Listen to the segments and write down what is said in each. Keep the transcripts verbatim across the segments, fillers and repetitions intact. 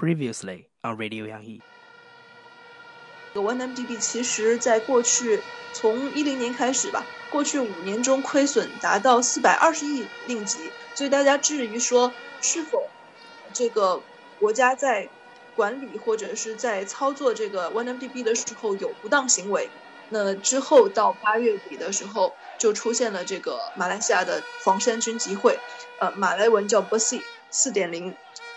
Previously on Radio 央艺。 one M D B 其实在过去从一零年开始吧，过去五年中亏损达到四百二十亿令吉，所以大家质疑说是否这个国家在管理或者是在操作这个 one M D B 的时候有不当行为。那之后到八月底的时候就出现了这个马来西亚的黄衫军集会，呃，马来文叫 Bersih 四点零。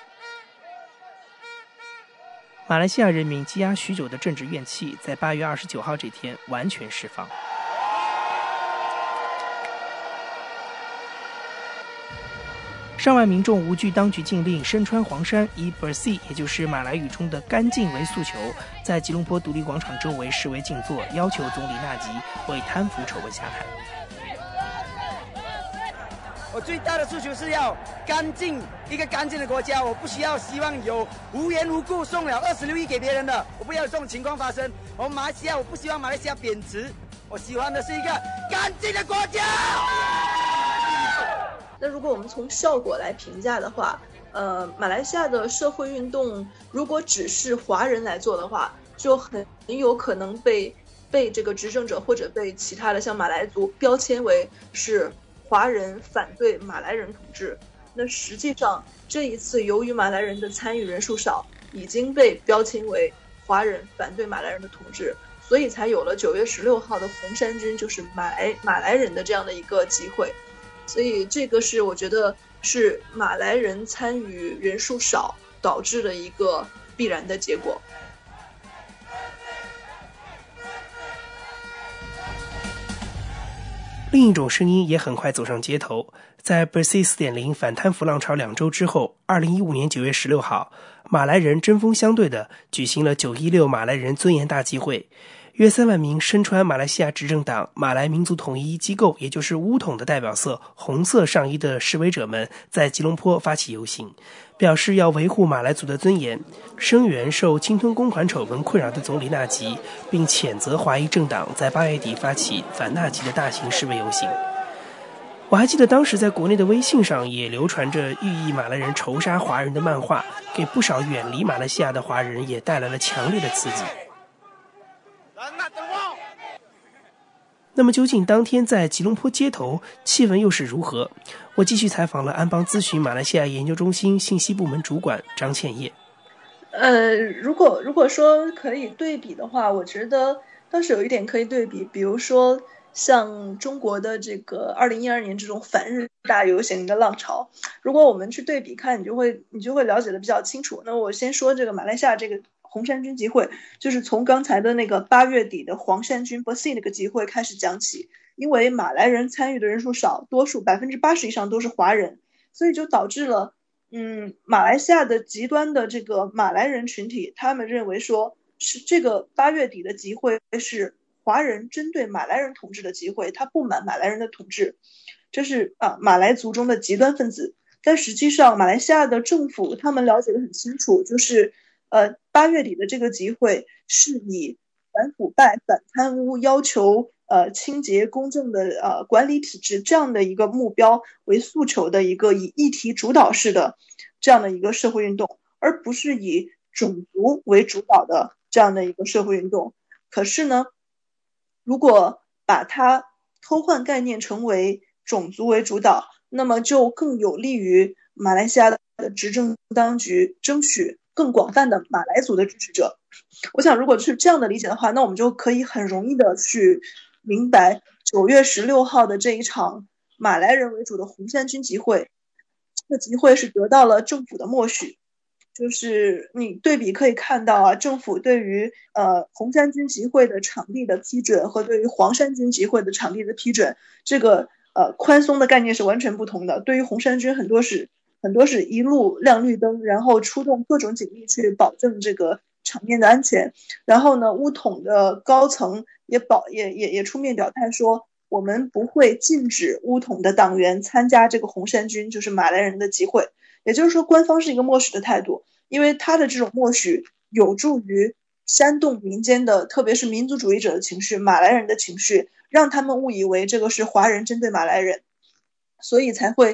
马来西亚人民积压许久的政治怨气在八月二十九号这天完全释放。上万民众无惧当局禁令，身穿黄衫，以 Bersih 也就是马来语中的干净为诉求，在吉隆坡独立广场周围示威静坐，要求总理纳吉为贪腐丑闻下台。 我最大的诉求是要干净，一个干净的国家，我不需要希望有无缘无故送了二十六亿给别人的，我不要有这种情况发生。我们马来西亚，我不希望马来西亚贬值，我喜欢的是一个干净的国家。 那如果我们从效果来评价的话，呃，马来西亚的社会运动如果只是华人来做的话，就很有可能被被这个执政者或者被其他的像马来族标签为是华人反对马来人统治。那实际上这一次由于马来人的参与人数少，已经被标签为华人反对马来人的统治，所以才有了九月十六号的红衫军，就是马来马来人的这样的一个集会。所以这个是我觉得是马来人参与人数少导致的一个必然的结果。 另一种声音也很快走上街头。在 Bersih 四点零 反贪腐浪潮两周之后，二零一五年九月十六号，马来人针锋相对地举行了九一六马来人尊严大集会。约三万名身穿马来西亚执政党马来民族统一机构也就是巫统的代表色红色上衣的示威者们在吉隆坡发起游行，表示要维护马来族的尊严，声援受侵吞公款丑闻困扰的总理纳吉，并谴责华裔政党在八月底发起反纳吉的大型示威游行。我还记得当时在国内的微信上也流传着寓意马来人仇杀华人的漫画，给不少远离马来西亚的华人也带来了强烈的刺激。那么究竟当天在吉隆坡街头气氛又是如何？我继续采访了安邦咨询马来西亚研究中心信息部门主管张倩叶。 呃，如果如果说可以对比的话，我觉得倒是有一点可以对比，比如说像中国的这个二零一二年这种反日大游行的浪潮，如果我们去对比看，你就会你就会了解的比较清楚。那我先说这个马来西亚这个红衫军集会，就是从刚才的那个八月底的黄衫军 Bersih 那个集会开始讲起。因为马来人参与的人数少，多数百分之八十以上都是华人，所以就导致了嗯，马来西亚的极端的这个马来人群体，他们认为说是这个八月底的集会是华人针对马来人统治的集会，他不满马来人的统治，这是啊马来族中的极端分子。但实际上马来西亚的政府他们了解得很清楚，就是呃八月底的这个集会是以反腐败、反贪污，要求呃清洁公正的呃管理体制这样的一个目标为诉求的一个以议题主导式的这样的一个社会运动，而不是以种族为主导的这样的一个社会运动。可是呢，如果把它偷换概念成为种族为主导，那么就更有利于马来西亚的执政当局争取更广泛的马来族的支持者。我想如果是这样的理解的话，那我们就可以很容易的去明白九月十六号的这一场马来人为主的红衫军集会，这个集会是得到了政府的默许。就是你对比可以看到啊，政府对于呃红衫军集会的场地的批准和对于黄衫军集会的场地的批准，这个呃宽松的概念是完全不同的。对于红衫军很多是很多是一路亮绿灯，然后出动各种警力去保证这个场面的安全。然后呢，巫统的高层也保也也也出面表态说，我们不会禁止巫统的党员参加这个红衫军就是马来人的集会。也就是说，官方是一个默许的态度，因为他的这种默许有助于煽动民间的，特别是民族主义者的情绪、马来人的情绪，让他们误以为这个是华人针对马来人，所以才会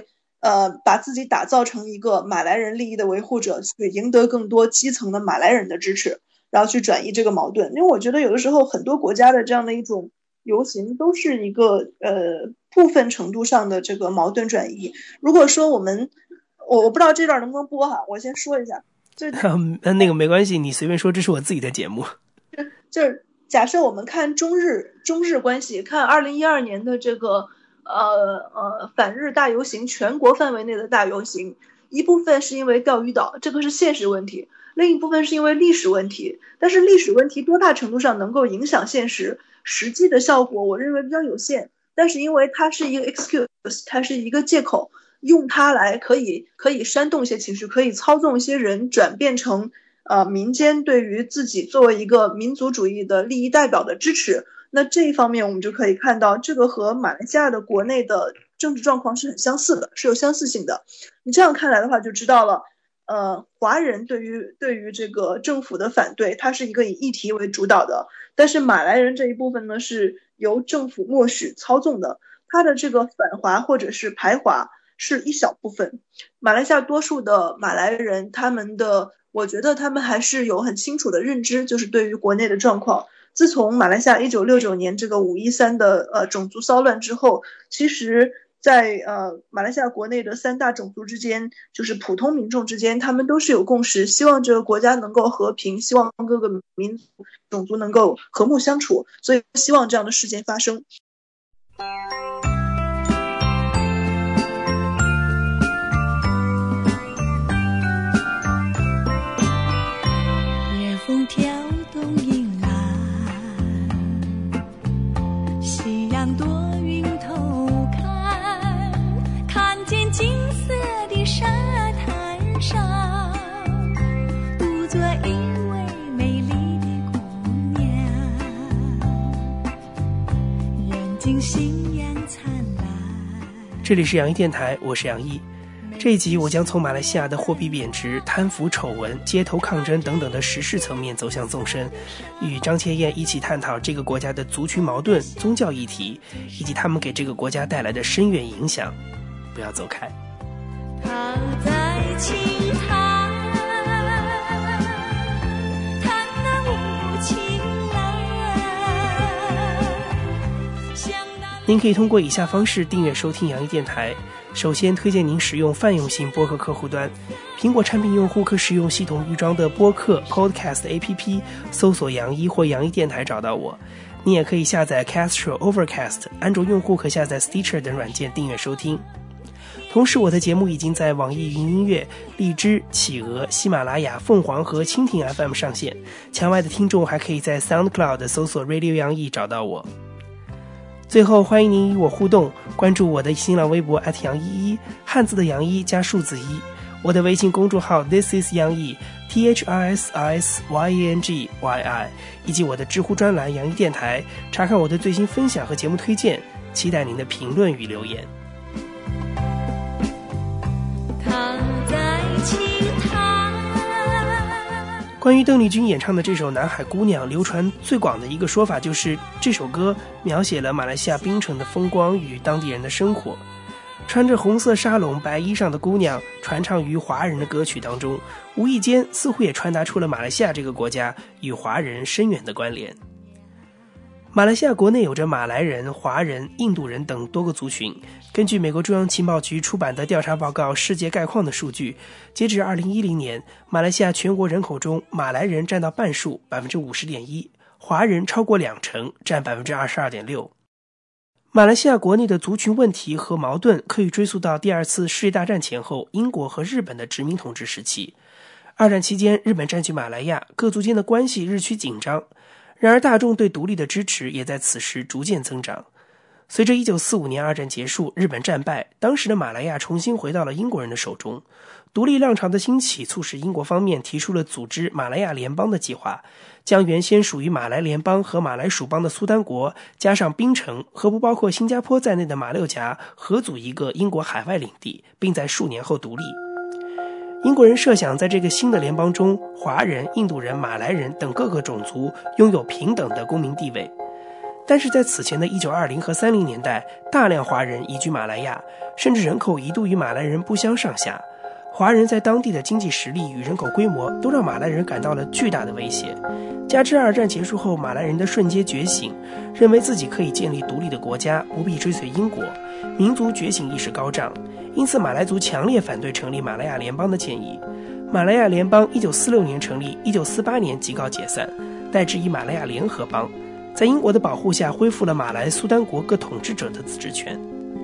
呃，把自己打造成一个马来人利益的维护者，去赢得更多基层的马来人的支持，然后去转移这个矛盾。因为我觉得有的时候很多国家的这样的一种游行都是一个呃部分程度上的这个矛盾转移。如果说我们我我不知道这段能不能播哈，我先说一下。就那个没关系，你随便说，这是我自己的节目。 就是假设我们看中日中日关系，看二零一二年的这个呃呃反日大游行，全国范围内的大游行，一部分是因为钓鱼岛，这个是现实问题，另一部分是因为历史问题。但是历史问题多大程度上能够影响现实，实际的效果我认为比较有限。但是因为它是一个 excuse， 它是一个借口，用它来可以可以煽动一些情绪，可以操纵一些人转变成呃民间对于自己作为一个民族主义的利益代表的支持。那这一方面我们就可以看到，这个和马来西亚的国内的政治状况是很相似的，是有相似性的。你这样看来的话就知道了，呃，华人对于对于这个政府的反对，它是一个以议题为主导的，但是马来人这一部分呢是由政府默许操纵的，它的这个反华或者是排华是一小部分。马来西亚多数的马来人，他们的我觉得他们还是有很清楚的认知，就是对于国内的状况。自从马来西亚一九六九年这个五一三的呃种族骚乱之后，其实在呃马来西亚国内的三大种族之间，就是普通民众之间，他们都是有共识，希望这个国家能够和平，希望各个民族种族能够和睦相处，所以希望这样的事件发生。 夜风挑动银兰，夕阳多云头看，看见金色的沙滩上，独坐一位美丽的姑娘，眼睛星阳灿烂。 这里是洋溢电台，我是杨毅。这一集我将从马来西亚的货币贬值、贪腐丑闻、街头抗争等等的时事层面走向纵深，与张千燕一起探讨这个国家的族群矛盾、宗教议题，以及他们给这个国家带来的深远影响。不要走开。 他在轻弹，弹那无情来。 您可以通过以下方式订阅收听洋溢电台。首先推荐您使用泛用型播客客户端，苹果产品用户可使用系统预装的播客 Podcast A P P 搜索洋溢或洋溢电台找到我。你也可以下载 Castro Overcast， 安卓用户可下载 Stitcher 等软件订阅收听。同时我的节目已经在网易云音乐、荔枝、企鹅、喜马拉雅、凤凰和蜻蜓 F M 上线，墙外的听众还可以在 SoundCloud 搜索 Radio 洋溢找到我。最后欢迎您与我互动，关注我的新浪微博 at 杨一一，汉字的杨一加数字一，我的微信公众号 This is 杨毅 T H I S I S Y E N G Y I， 以及我的知乎专栏杨一电台，查看我的最新分享和节目推荐，期待您的评论与留言。 他在轻弹。 关于邓丽君演唱的这首《南海姑娘》，流传最广的一个说法就是这首歌描写了马来西亚槟城的风光与当地人的生活。穿着红色纱笼白衣裳的姑娘传唱于华人的歌曲当中，无意间似乎也传达出了马来西亚这个国家与华人深远的关联。马来西亚国内有着马来人、华人、印度人等多个族群。根据美国中央情报局出版的调查报告《世界概况》的数据，截至二零一零年，马来西亚全国人口中马来人占到半数 百分之五十点一， 华人超过两成，占 百分之二十二点六。马来西亚国内的族群问题和矛盾可以追溯到第二次世界大战前后英国和日本的殖民统治时期。二战期间，日本占据马来亚，各族间的关系日趋紧张。然而大众对独立的支持也在此时逐渐增长。随着一九四五年二战结束，日本战败，当时的马来亚重新回到了英国人的手中。独立浪潮的兴起促使英国方面提出了组织马来亚联邦的计划，将原先属于马来联邦和马来属邦的苏丹国加上槟城和不包括新加坡在内的马六甲合组一个英国海外领地，并在数年后独立。英国人设想在这个新的联邦中，华人、印度人、马来人等各个种族拥有平等的公民地位。 但是在此前的一九二零和三零年代，大量华人移居马来亚，甚至人口一度与马来人不相上下。华人在当地的经济实力与人口规模都让马来人感到了巨大的威胁。加之二战结束后马来人的瞬间觉醒，认为自己可以建立独立的国家，不必追随英国，民族觉醒意识高涨，因此马来族强烈反对成立马来亚联邦的建议。马来亚联邦一九四六年成立，一九四八年即告解散，代之以马来亚联合邦，在英国的保护下恢复了马来苏丹国各统治者的自治权。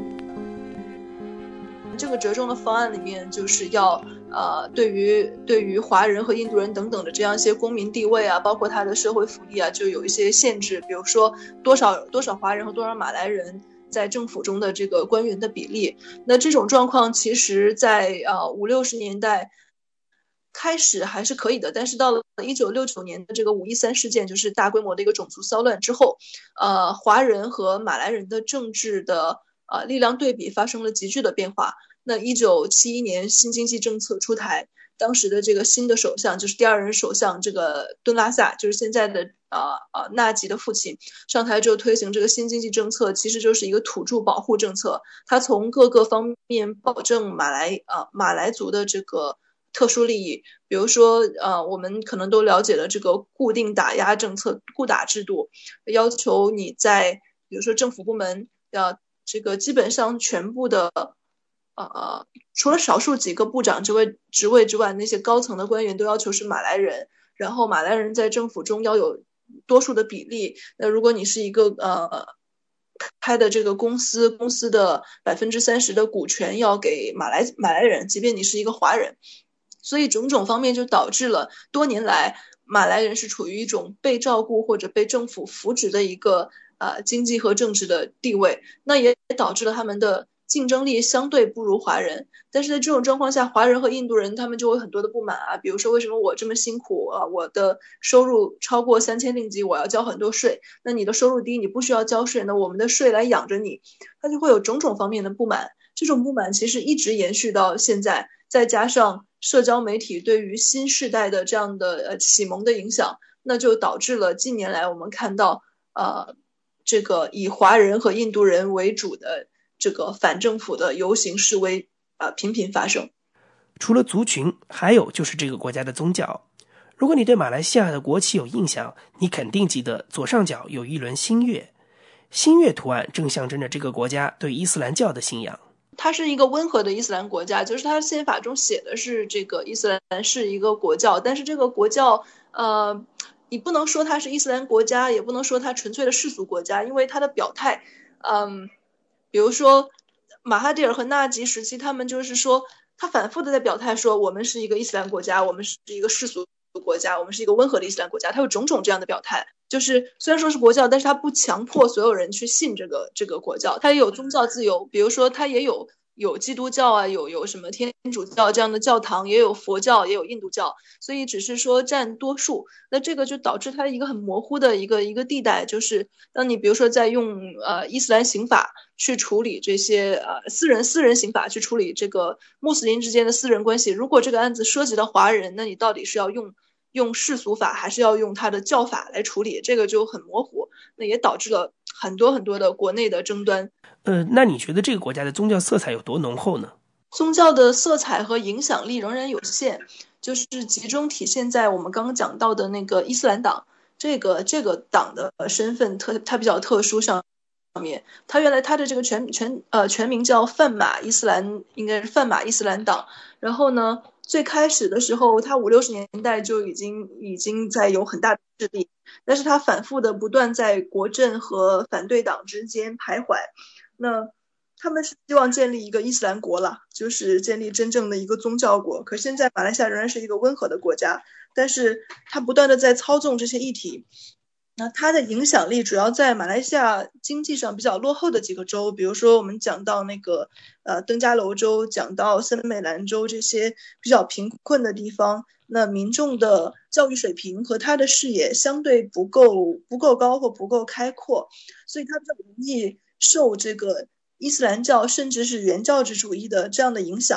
这个折中的方案里面就是要呃，对于对于华人和印度人等等的这样一些公民地位啊，包括他的社会福利啊，就有一些限制，比如说多少多少华人和多少马来人在政府中的这个官员的比例。那这种状况其实在呃五六十年代开始还是可以的，但是到了一九六九年的这个五一三事件，就是大规模的一个种族骚乱之后，呃，华人和马来人的政治的呃力量对比发生了急剧的变化。那一九七一年新经济政策出台，当时的这个新的首相就是第二任首相这个敦拉萨，就是现在的呃呃纳吉的父亲，上台之后推行这个新经济政策，其实就是一个土著保护政策，他从各个方面保证马来呃马来族的这个特殊利益，比如说呃我们可能都了解了这个固定打压政策固打制度，要求你在比如说政府部门呃这个基本上全部的呃，除了少数几个部长职位职位之外，那些高层的官员都要求是马来人，然后马来人在政府中要有多数的比例。那如果你是一个呃开的这个公司，公司的百分之三十的股权要给马来马来人，即便你是一个华人。所以种种方面就导致了多年来马来人是处于一种被照顾或者被政府扶植的一个呃经济和政治的地位，那也导致了他们的竞争力相对不如华人。但是在这种状况下，华人和印度人他们就会很多的不满啊，比如说为什么我这么辛苦啊，我的收入超过三千令吉，我要交很多税，那你的收入低，你不需要交税，那我们的税来养着你，他就会有种种方面的不满。这种不满其实一直延续到现在，再加上社交媒体对于新世代的这样的呃启蒙的影响，那就导致了近年来我们看到呃这个以华人和印度人为主的这个反政府的游行示威呃频频发生。 除了族群，还有就是这个国家的宗教。如果你对马来西亚的国旗有印象，你肯定记得左上角有一轮新月，新月图案正象征着这个国家对伊斯兰教的信仰。 它是一个温和的伊斯兰国家，就是它宪法中写的是这个伊斯兰是一个国教，但是这个国教呃，你不能说它是伊斯兰国家，也不能说它纯粹的世俗国家，因为它的表态嗯，比如说马哈蒂尔和纳吉时期，他们就是说他反复的在表态说我们是一个伊斯兰国家，我们是一个世俗国家，我们是一个温和的伊斯兰国家，他有种种这样的表态，就是虽然说是国教，但是他不强迫所有人去信这个这个国教，他也有宗教自由，比如说他也有有基督教啊，有有什么天主教这样的教堂，也有佛教，也有印度教，所以只是说占多数。那这个就导致它一个很模糊的一个一个地带，就是当你比如说在用呃伊斯兰刑法去处理这些呃私人私人刑法去处理这个穆斯林之间的私人关系，如果这个案子涉及到华人，那你到底是要用用世俗法还是要用他的教法来处理，这个就很模糊，那也导致了很多很多的国内的争端。 呃，那你觉得这个国家的宗教色彩有多浓厚呢？ 宗教的色彩和影响力仍然有限，就是集中体现在我们刚刚讲到的那个伊斯兰党，这个这个党的身份特它比较特殊上面，它原来它的这个全全呃全名叫泛马伊斯兰，应该是泛马伊斯兰党。然后呢，最开始的时候，它五六十年代就已经已经在有很大的势力，但是它反复的不断在国阵和反对党之间徘徊。那他们是希望建立一个伊斯兰国了，就是建立真正的一个宗教国。可现在马来西亚仍然是一个温和的国家，但是他不断的在操纵这些议题。那它的影响力主要在马来西亚经济上比较落后的几个州，比如说我们讲到那个呃登嘉楼州，讲到森美兰州这些比较贫困的地方，那民众的教育水平和他的视野相对不够不够高或不够开阔，所以他比较容易受这个伊斯兰教甚至是原教旨主义的这样的影响。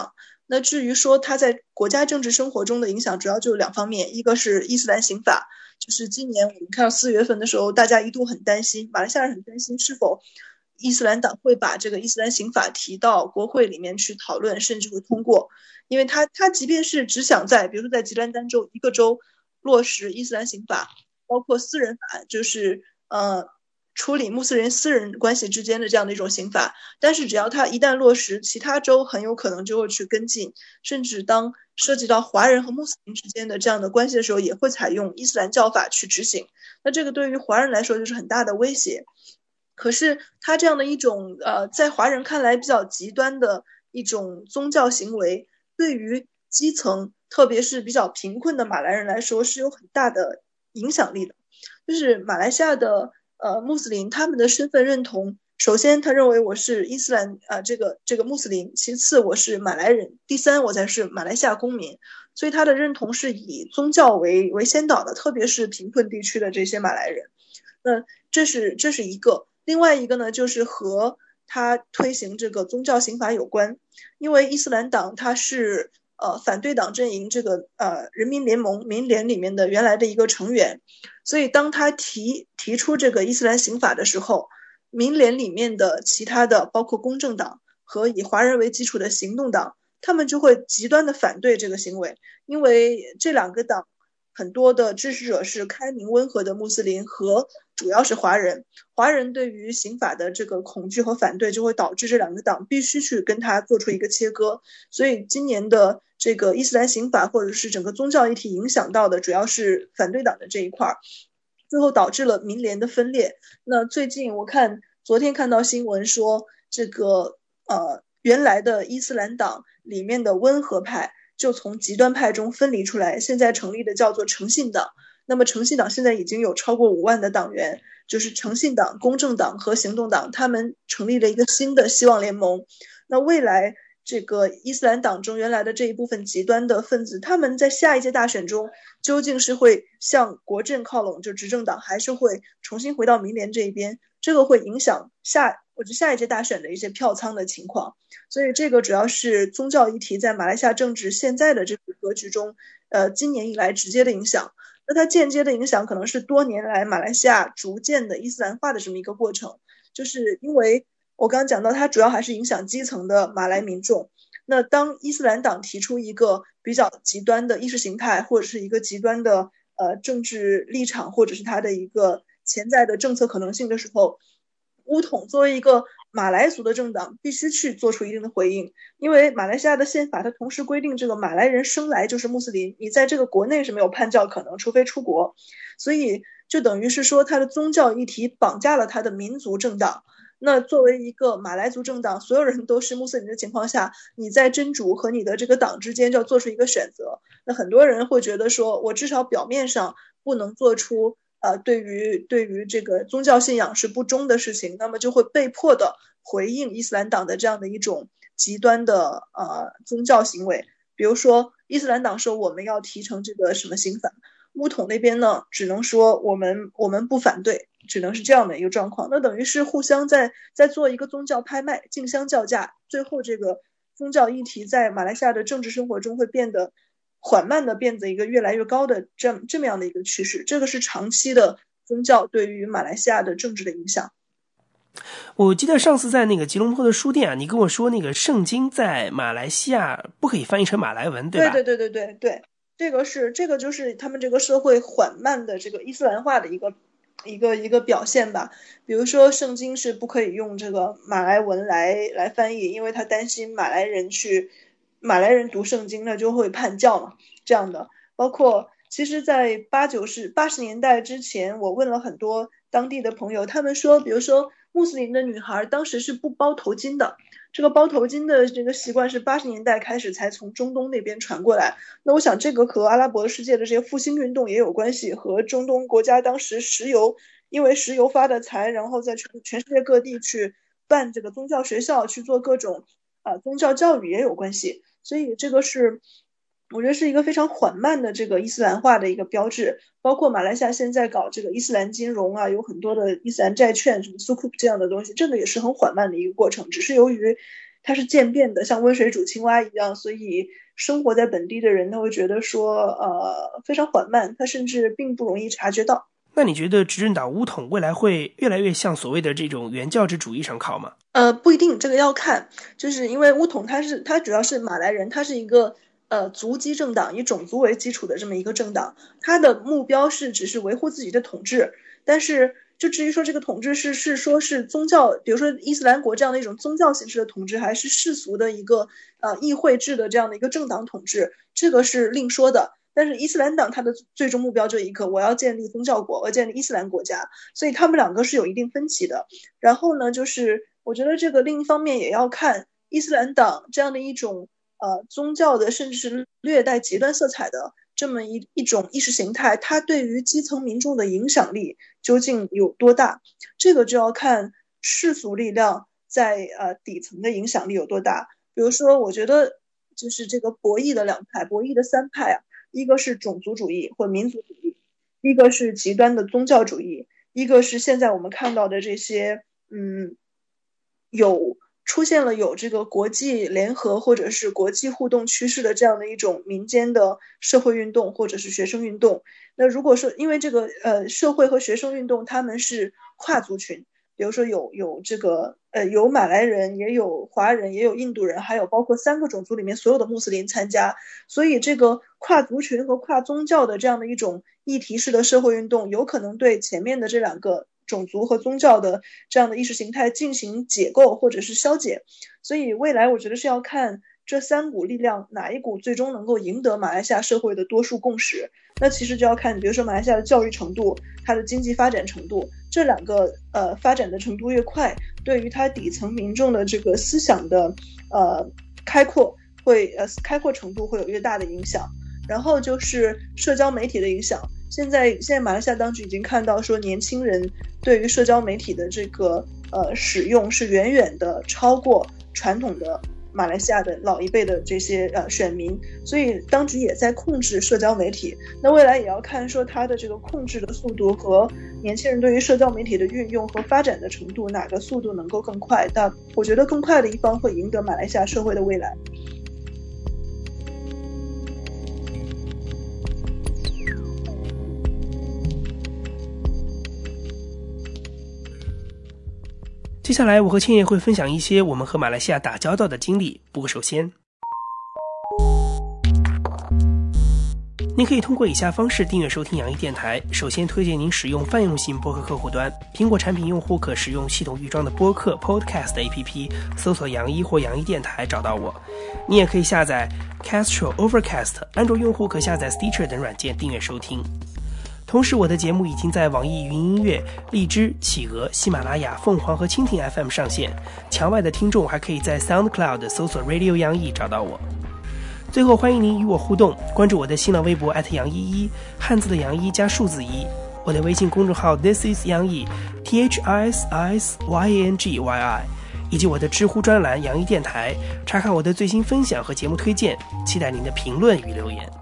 那至于说它在国家政治生活中的影响，主要就两方面，一个是伊斯兰刑法，就是今年我们看到四月份的时候，大家一度很担心，马来西亚人很担心是否伊斯兰党会把这个伊斯兰刑法提到国会里面去讨论，甚至会通过，因为他他即便是只想在比如说在吉兰丹州一个州落实伊斯兰刑法，包括私人法，就是呃处理穆斯林私人关系之间的这样的一种刑法，但是只要他一旦落实，其他州很有可能就会去跟进，甚至当涉及到华人和穆斯林之间的这样的关系的时候，也会采用伊斯兰教法去执行。那这个对于华人来说就是很大的威胁。可是他这样的一种呃，在华人看来比较极端的一种宗教行为，对于基层特别是比较贫困的马来人来说是有很大的影响力的。就是马来西亚的呃穆斯林，他们的身份认同，首先他认为我是伊斯兰啊、呃、这个这个穆斯林，其次我是马来人，第三我才是马来西亚公民，所以他的认同是以宗教为为先导的，特别是贫困地区的这些马来人。那这是这是一个。另外一个呢，就是和他推行这个宗教刑法有关，因为伊斯兰党它是呃反对党阵营这个呃人民联盟民联里面的原来的一个成员，所以当他提提出这个伊斯兰刑法的时候，民联里面的其他的包括公正党和以华人为基础的行动党，他们就会极端的反对这个行为，因为这两个党很多的支持者是开明温和的穆斯林和主要是华人，华人对于刑法的这个恐惧和反对就会导致这两个党必须去跟他做出一个切割，所以今年的这个伊斯兰刑法或者是整个宗教议题影响到的主要是反对党的这一块，最后导致了民联的分裂。那最近我看昨天看到新闻说，这个呃原来的伊斯兰党里面的温和派就从极端派中分离出来，现在成立的叫做诚信党。那么诚信党现在已经有超过五万的党员，就是诚信党、公正党和行动党，他们成立了一个新的希望联盟。那未来这个伊斯兰党中原来的这一部分极端的分子，他们在下一届大选中究竟是会向国阵靠拢，就执政党，还是会重新回到民联这一边，这个会影响下我觉得下一届大选的一些票仓的情况。所以这个主要是宗教议题在马来西亚政治现在的这个格局中呃，今年以来直接的影响。那它间接的影响可能是多年来马来西亚逐渐的伊斯兰化的这么一个过程，就是因为我刚刚讲到它主要还是影响基层的马来民众。那当伊斯兰党提出一个比较极端的意识形态，或者是一个极端的呃政治立场，或者是它的一个潜在的政策可能性的时候，巫统作为一个马来族的政党必须去做出一定的回应，因为马来西亚的宪法它同时规定这个马来人生来就是穆斯林，你在这个国内是没有叛教可能，除非出国，所以就等于是说它的宗教议题绑架了它的民族政党。那作为一个马来族政党，所有人都是穆斯林的情况下，你在真主和你的这个党之间就要做出一个选择。那很多人会觉得说，我至少表面上不能做出呃，对于对于这个宗教信仰是不忠的事情，那么就会被迫的回应伊斯兰党的这样的一种极端的呃宗教行为。比如说伊斯兰党说我们要提成这个什么刑法，巫统那边呢只能说我们我们不反对，只能是这样的一个状况。那等于是互相在在做一个宗教拍卖，竞相叫价，最后这个宗教议题在马来西亚的政治生活中会变得缓慢的变得一个越来越高的这这么样的一个趋势，这个是长期的宗教对于马来西亚的政治的影响。 我记得上次在那个吉隆坡的书店啊，你跟我说那个圣经在马来西亚不可以翻译成马来文，对吧？ 对对对对对对，这个是这个就是他们这个社会缓慢的这个伊斯兰化的一个一个一个表现吧。比如说圣经是不可以用这个马来文来来翻译，因为他担心马来人去马来人读圣经呢就会叛教嘛，这样的。包括其实在八九十八十年代之前，我问了很多当地的朋友，他们说比如说穆斯林的女孩当时是不包头巾的，这个包头巾的这个习惯是八十年代开始才从中东那边传过来。那我想这个和阿拉伯世界的这些复兴运动也有关系，和中东国家当时石油因为石油发的财，然后在全全世界各地去办这个宗教学校，去做各种呃宗教教育也有关系。所以这个是我觉得是一个非常缓慢的这个伊斯兰化的一个标志。包括马来西亚现在搞这个伊斯兰金融啊，有很多的伊斯兰债券什么苏库这样的东西，这个也是很缓慢的一个过程，只是由于它是渐变的，像温水煮青蛙一样，所以生活在本地的人他会觉得说呃非常缓慢，他甚至并不容易察觉到。 那你觉得执政党巫统未来会越来越向所谓的这种原教旨主义上靠吗？ 呃，不一定，这个要看，就是因为巫统它是它主要是马来人，它是一个呃族基政党，以种族为基础的这么一个政党，它的目标是只是维护自己的统治，但是就至于说这个统治是是说是宗教，比如说伊斯兰国这样的一种宗教形式的统治，还是世俗的一个呃议会制的这样的一个政党统治，这个是另说的。但是伊斯兰党它的最终目标就一个，我要建立宗教国，我要建立伊斯兰国家，所以他们两个是有一定分歧的。然后呢，就是我觉得这个另一方面也要看伊斯兰党这样的一种呃宗教的，甚至是略带极端色彩的这么一一种意识形态，它对于基层民众的影响力究竟有多大？这个就要看世俗力量在呃底层的影响力有多大。比如说，我觉得就是这个博弈的两派，博弈的三派啊。一个是种族主义或民族主义，一个是极端的宗教主义，一个是现在我们看到的这些嗯，有出现了有这个国际联合或者是国际互动趋势的这样的一种民间的社会运动或者是学生运动。那如果说因为这个呃社会和学生运动他们是跨族群，比如说有有这个呃有马来人，也有华人，也有印度人，还有包括三个种族里面所有的穆斯林参加，所以这个跨族群和跨宗教的这样的一种议题式的社会运动，有可能对前面的这两个种族和宗教的这样的意识形态进行解构或者是消解。所以未来我觉得是要看这三股力量哪一股最终能够赢得马来西亚社会的多数共识。那其实就要看比如说马来西亚的教育程度，它的经济发展程度，这两个呃发展的程度越快，对于它底层民众的这个思想的呃开阔会呃开阔程度会有越大的影响。然后就是社交媒体的影响，现在现在马来西亚当局已经看到说年轻人对于社交媒体的这个呃使用是远远的超过传统的马来西亚的老一辈的这些呃选民，所以当局也在控制社交媒体。那未来也要看说它的这个控制的速度和年轻人对于社交媒体的运用和发展的程度，哪个速度能够更快，但我觉得更快的一方会赢得马来西亚社会的未来。 接下来我和千叶会分享一些我们和马来西亚打交道的经历。不过首先您可以通过以下方式订阅收听洋溢电台。首先推荐您使用泛用型播客客户端，苹果产品用户可使用系统预装的播客 Podcast A P P 搜索洋溢或洋溢电台找到我。你也可以下载 Castro Overcast， 安卓用户可下载 Stitcher 等软件订阅收听。同时我的节目已经在网易云音乐、荔枝、企鹅、喜马拉雅、凤凰和蜻蜓 F M 上线，墙外的听众还可以在 SoundCloud 搜索 Radio 洋溢找到我。最后欢迎您与我互动，关注我的新浪微博 at 杨一一，汉字的杨一加数字一，我的微信公众号 This is 杨毅 T H I S I S Y A N G Y I， 以及我的知乎专栏洋溢电台，查看我的最新分享和节目推荐，期待您的评论与留言。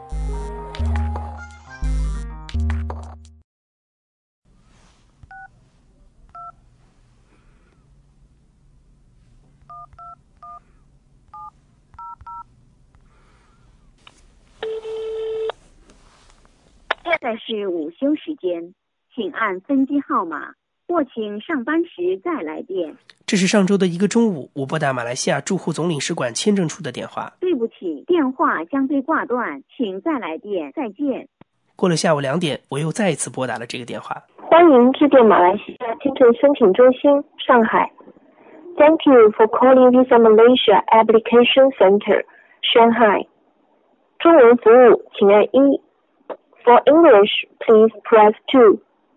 现在是午休时间，请按分机号码，或请上班时再来电。 这是上周的一个中午，我拨打马来西亚驻沪总领事馆签证处的电话。 对不起，电话将被挂断，请再来电，再见。 过了下午两点，我又再一次拨打了这个电话。 欢迎致电马来西亚签证申请中心，上海。Thank you for calling Visa Malaysia Application Center, Shanghai. 中文服务请按一。For English, please press two.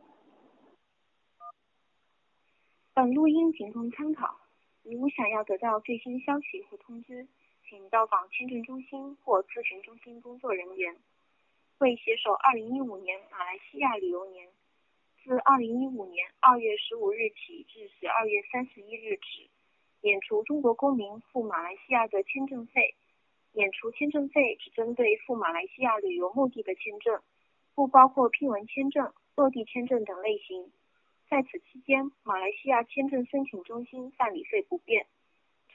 本录音仅供参考，如想要得到最新消息或通知，请到访签证中心或咨询中心工作人员。为携手二零一五年马来西亚旅游年，自二零一五年二月十五日起至十二月三十一日止，免除中国公民赴马来西亚的签证费，免除签证费只针对赴马来西亚旅游目的的签证，不包括批文签证、落地签证等类型。在此期间，马来西亚签证申请中心办理费不变。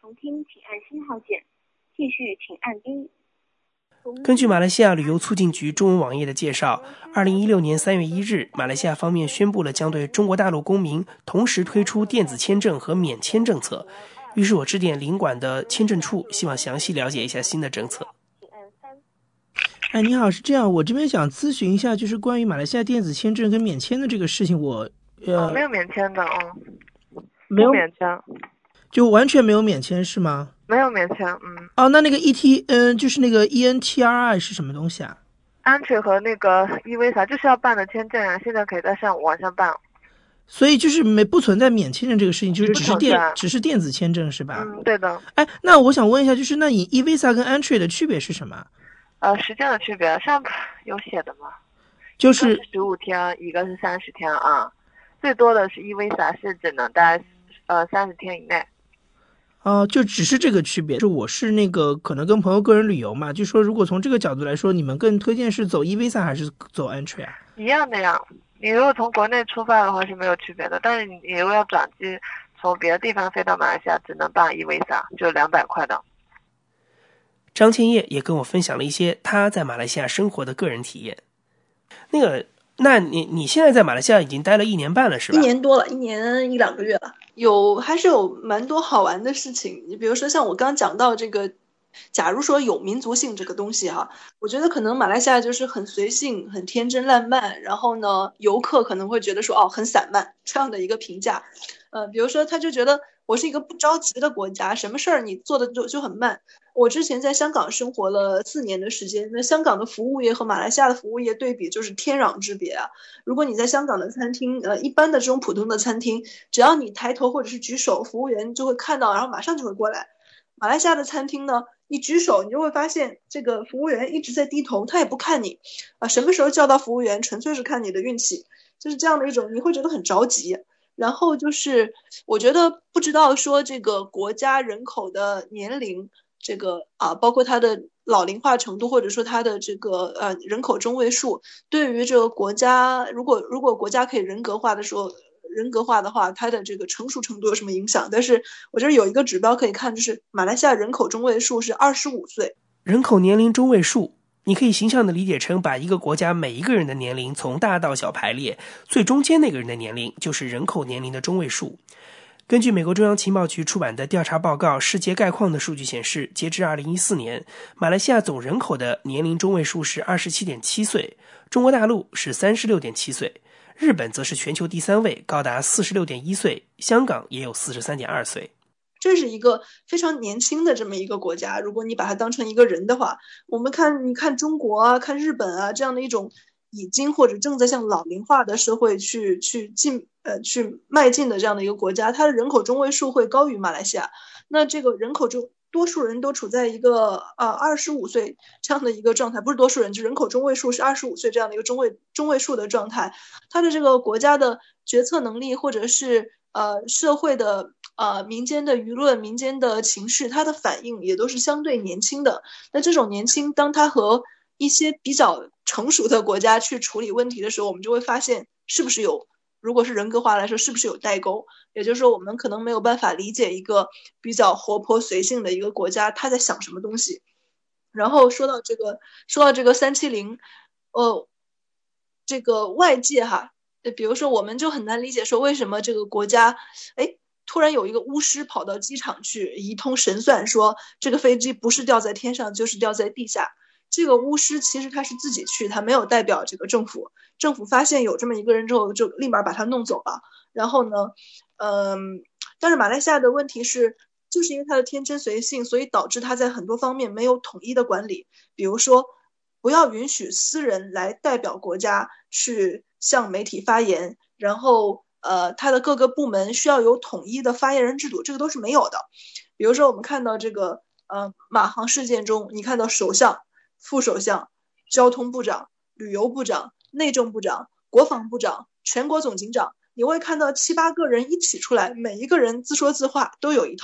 重听请按星号键，继续请按一。 根据马来西亚旅游促进局中文网页的介绍，二零一六年三月一日，马来西亚方面宣布了将对中国大陆公民同时推出电子签证和免签政策。于是我致电领馆的签证处，希望详细了解一下新的政策。 哎，你好，是这样，我这边想咨询一下，就是关于马来西亚电子签证跟免签的这个事情，我呃、 哦、没有免签的，嗯， 没有免签， 就完全没有免签是吗？ 没有免签，嗯。 哦，那那个 E T， 嗯，就是那个 E N T R I 是什么东西啊？ 安全和那个 E Visa 就是要办的签证啊，现在可以在上网上办。 所以就是没不存在免签证这个事情，就是只是电只是电子签证是吧？ 嗯，对的。 哎，那我想问一下，就是那你 E Visa 跟 Entry 的区别是什么？ 呃，时间的区别上有写的吗？ 就是十五天，一个是三十天啊。最多的是 E Visa 是只能待呃三十天以内。 哦、呃，就只是这个区别。是我是那个可能跟朋友个人旅游嘛，就说如果从这个角度来说，你们更推荐是走 E Visa 还是走 Entry 啊？ 一样的呀。你如果从国内出发的话是没有区别的，但是你如果要转机从别的地方飞到马来西亚，只能办 E Visa， 就两百块的。 张千叶也跟我分享了一些他在马来西亚生活的个人体验。那个，那你你现在在马来西亚已经待了一年半了是吧？ 一年多了，一年一两个月了，有还是有蛮多好玩的事情。你比如说像我刚讲到这个，假如说有民族性这个东西哈，我觉得可能马来西亚就是很随性、很天真烂漫，然后呢，游客可能会觉得说哦很散漫这样的一个评价。呃，比如说他就觉得我是一个不着急的国家，什么事儿你做的就就很慢。我之前在香港生活了四年的时间，那香港的服务业和马来西亚的服务业对比就是天壤之别啊！如果你在香港的餐厅，呃，一般的这种普通的餐厅，只要你抬头或者是举手，服务员就会看到，然后马上就会过来。马来西亚的餐厅呢，你举手，你就会发现这个服务员一直在低头，他也不看你啊，什么时候叫到服务员，纯粹是看你的运气，就是这样的一种，你会觉得很着急。然后就是我觉得不知道说这个国家人口的年龄，这个啊，包括它的老龄化程度，或者说它的这个呃人口中位数，对于这个国家，如果如果国家可以人格化的说人格化的话，它的这个成熟程度有什么影响？但是我觉得有一个指标可以看，就是马来西亚人口中位数是二十五岁。 人口年龄中位数，你可以形象地理解成把一个国家每一个人的年龄从大到小排列，最中间那个人的年龄就是人口年龄的中位数。根据美国中央情报局出版的调查报告《世界概况》的数据显示，截至二零一四年，马来西亚总人口的年龄中位数是 二十七点七岁，中国大陆是 三十六点七岁，日本则是全球第三位，高达 四十六点一岁，香港也有 四十三点二岁。 这是一个非常年轻的这么一个国家，如果你把它当成一个人的话，我们看你看中国啊，看日本啊，这样的一种已经或者正在向老龄化的社会去去进呃去迈进的这样的一个国家，它的人口中位数会高于马来西亚。那这个人口中多数人都处在一个呃二十五岁这样的一个状态，不是多数人，就人口中位数是二十五岁这样的一个中位中位数的状态，它的这个国家的决策能力或者是呃社会的呃民间的舆论、民间的情绪，它的反应也都是相对年轻的。那这种年轻，当它和一些比较成熟的国家去处理问题的时候，我们就会发现是不是有，如果是人格化来说，是不是有代沟？也就是说，我们可能没有办法理解一个比较活泼随性的一个国家他在想什么东西。然后说到这个，说到这个三七零，呃，这个外界哈，比如说我们就很难理解说为什么这个国家，哎，突然有一个巫师跑到机场去一通神算，说这个飞机不是掉在天上就是掉在地下。这个巫师其实他是自己去，他没有代表这个政府。政府发现有这么一个人之后，就立马把他弄走了。然后呢，嗯，但是马来西亚的问题是，就是因为他的天真随性，所以导致他在很多方面没有统一的管理。比如说，不要允许私人来代表国家去向媒体发言，然后呃，他的各个部门需要有统一的发言人制度，这个都是没有的。比如说，我们看到这个呃马航事件中，你看到首相、副首相、交通部长、旅游部长、内政部长、国防部长、全国总警长，你会看到七八个人一起出来，每一个人自说自话，都有一套。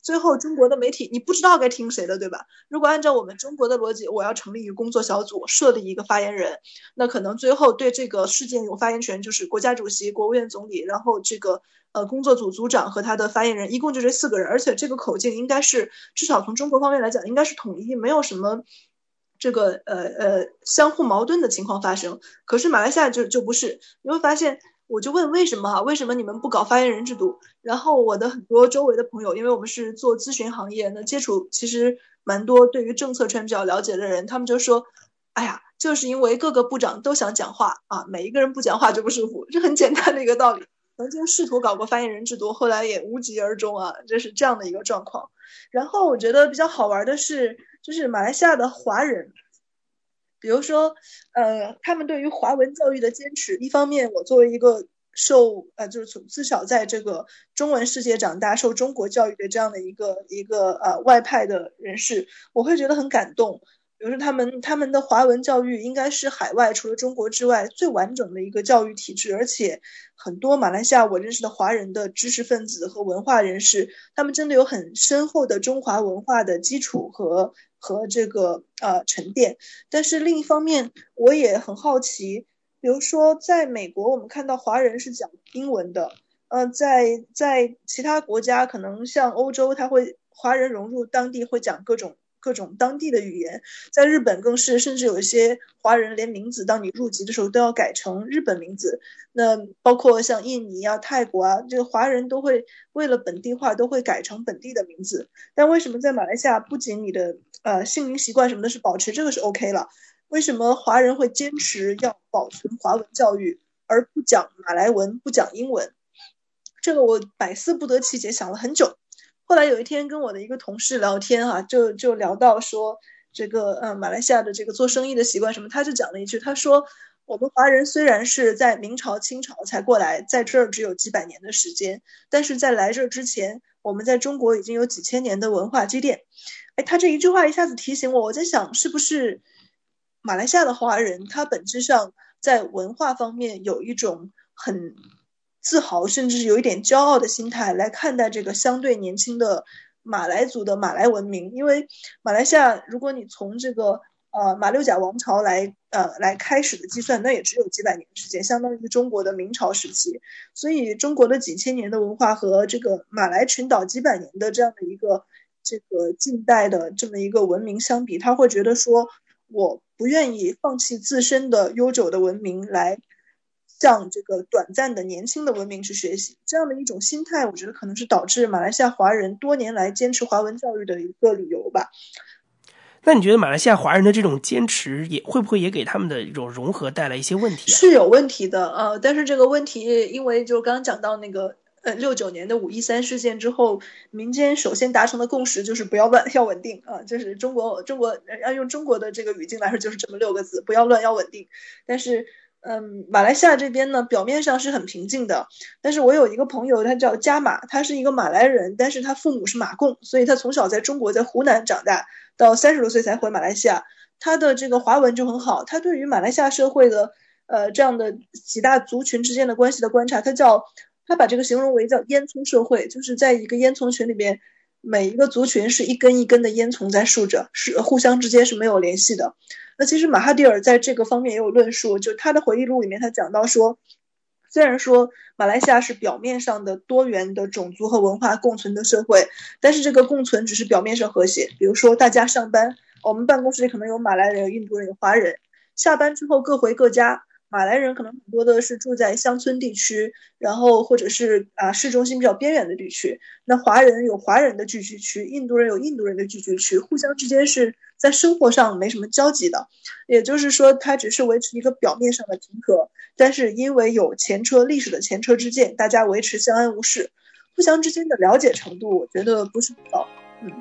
最后中国的媒体你不知道该听谁的，对吧？如果按照我们中国的逻辑，我要成立一个工作小组，设立一个发言人，那可能最后对这个事件有发言权就是国家主席、国务院总理，然后这个呃工作组组长和他的发言人，一共就这四个人，而且这个口径应该是至少从中国方面来讲应该是统一，没有什么这个呃呃相互矛盾的情况发生。可是马来西亚就就不是，你会发现，我就问为什么啊？为什么你们不搞发言人制度？然后我的很多周围的朋友，因为我们是做咨询行业，那接触其实蛮多对于政策圈比较了解的人，他们就说，哎呀，就是因为各个部长都想讲话啊，每一个人不讲话就不舒服，这很简单的一个道理。曾经试图搞过发言人制度，后来也无疾而终啊，这是这样的一个状况。然后我觉得比较好玩的是，就是马来西亚的华人，比如说呃，他们对于华文教育的坚持，一方面我作为一个受呃，就是从自小在这个中文世界长大，受中国教育的这样的一个一个呃外派的人士，我会觉得很感动。比如说他们他们的华文教育应该是海外除了中国之外最完整的一个教育体制，而且很多马来西亚我认识的华人的知识分子和文化人士，他们真的有很深厚的中华文化的基础和和这个呃沉淀。但是另一方面我也很好奇，比如说在美国我们看到华人是讲英文的，呃，在在其他国家可能像欧洲，他会华人融入当地会讲各种各种当地的语言，在日本更是，甚至有一些华人连名字当你入籍的时候都要改成日本名字。那包括像印尼啊、泰国啊，这个华人都会为了本地化都会改成本地的名字。但为什么在马来西亚不仅你的呃姓名习惯什么的是保持，这个是 OK 了，为什么华人会坚持要保存华文教育而不讲马来文不讲英文？这个我百思不得其解，想了很久。后来有一天跟我的一个同事聊天啊，就就聊到说这个呃马来西亚的这个做生意的习惯什么，他就讲了一句，他说我们华人虽然是在明朝清朝才过来，在这儿只有几百年的时间，但是在来这之前我们在中国已经有几千年的文化积淀。哎，他这一句话一下子提醒我，我在想是不是马来西亚的华人他本质上在文化方面有一种很自豪甚至有一点骄傲的心态来看待这个相对年轻的马来族的马来文明。因为马来西亚如果你从这个呃马六甲王朝来呃来开始的计算，那也只有几百年时间，相当于中国的明朝时期。所以中国的几千年的文化和这个马来群岛几百年的这样的一个这个近代的这么一个文明相比，他会觉得说我不愿意放弃自身的悠久的文明来向这个短暂的年轻的文明去学习。这样的一种心态，我觉得可能是导致马来西亚华人多年来坚持华文教育的一个理由吧。 那你觉得马来西亚华人的这种坚持也会不会也给他们的这种融合带来一些问题啊？ 是有问题的，呃，但是这个问题因为就刚刚讲到那个呃六九年的五一三事件之后，民间首先达成的共识就是不要乱要稳定啊、呃，就是中国中国要用中国的这个语境来说就是这么六个字，不要乱要稳定。但是嗯，马来西亚这边呢，表面上是很平静的，但是我有一个朋友，他叫加马，他是一个马来人，但是他父母是马共，所以他从小在中国，在湖南长大，到三十多岁才回马来西亚。他的这个华文就很好，他对于马来西亚社会的呃这样的几大族群之间的关系的观察，他叫他把这个形容为叫烟囱社会，就是在一个烟囱群里边，每一个族群是一根一根的烟囱在竖着，是互相之间是没有联系的。那其实马哈蒂尔在这个方面也有论述，就他的回忆录里面他讲到说，虽然说马来西亚是表面上的多元的种族和文化共存的社会，但是这个共存只是表面上和谐。比如说大家上班，我们办公室里可能有马来人、有印度人、有华人，下班之后各回各家，马来人可能很多的是住在乡村地区，然后或者是啊市中心比较边远的地区，那华人有华人的聚居区，印度人有印度人的聚居区，互相之间是在生活上没什么交集的。也就是说它只是维持一个表面上的平和，但是因为有前车历史的前车之鉴，大家维持相安无事，互相之间的了解程度我觉得不是很高。嗯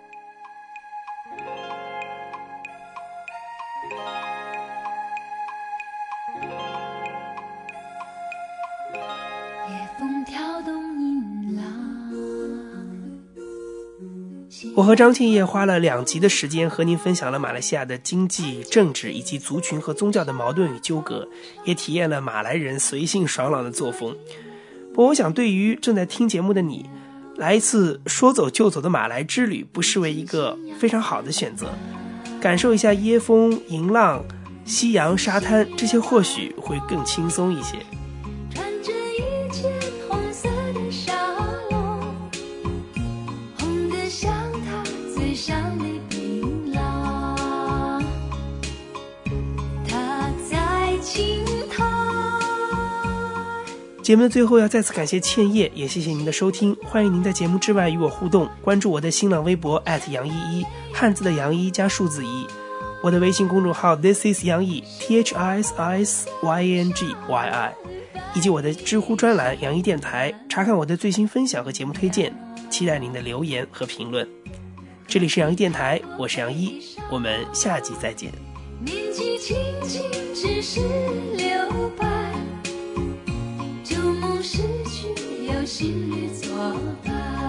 我和张庆业花了两集的时间和您分享了马来西亚的经济、政治以及族群和宗教的矛盾与纠葛，也体验了马来人随性爽朗的作风。不过我想对于正在听节目的你， 来一次说走就走的马来之旅，不失为一个非常好的选择。感受一下椰风、银浪、夕阳、沙滩，这些或许会更轻松一些。 穿着一件红色的纱笼，红得像他嘴上的槟榔，他在青苔。 节目的最后要再次感谢倩叶，也谢谢您的收听。欢迎您在节目之外与我互动，关注我的新浪微博 at 杨一一，汉字的杨一加数字一，我的微信公众号 This is 杨一 T H I S I S Y A N G Y I， 以及我的知乎专栏杨一电台，查看我的最新分享和节目推荐，期待您的留言和评论。这里是杨一电台，我是杨一，我们下集再见。 年纪轻轻只是留白，旧梦逝去有新日作伴。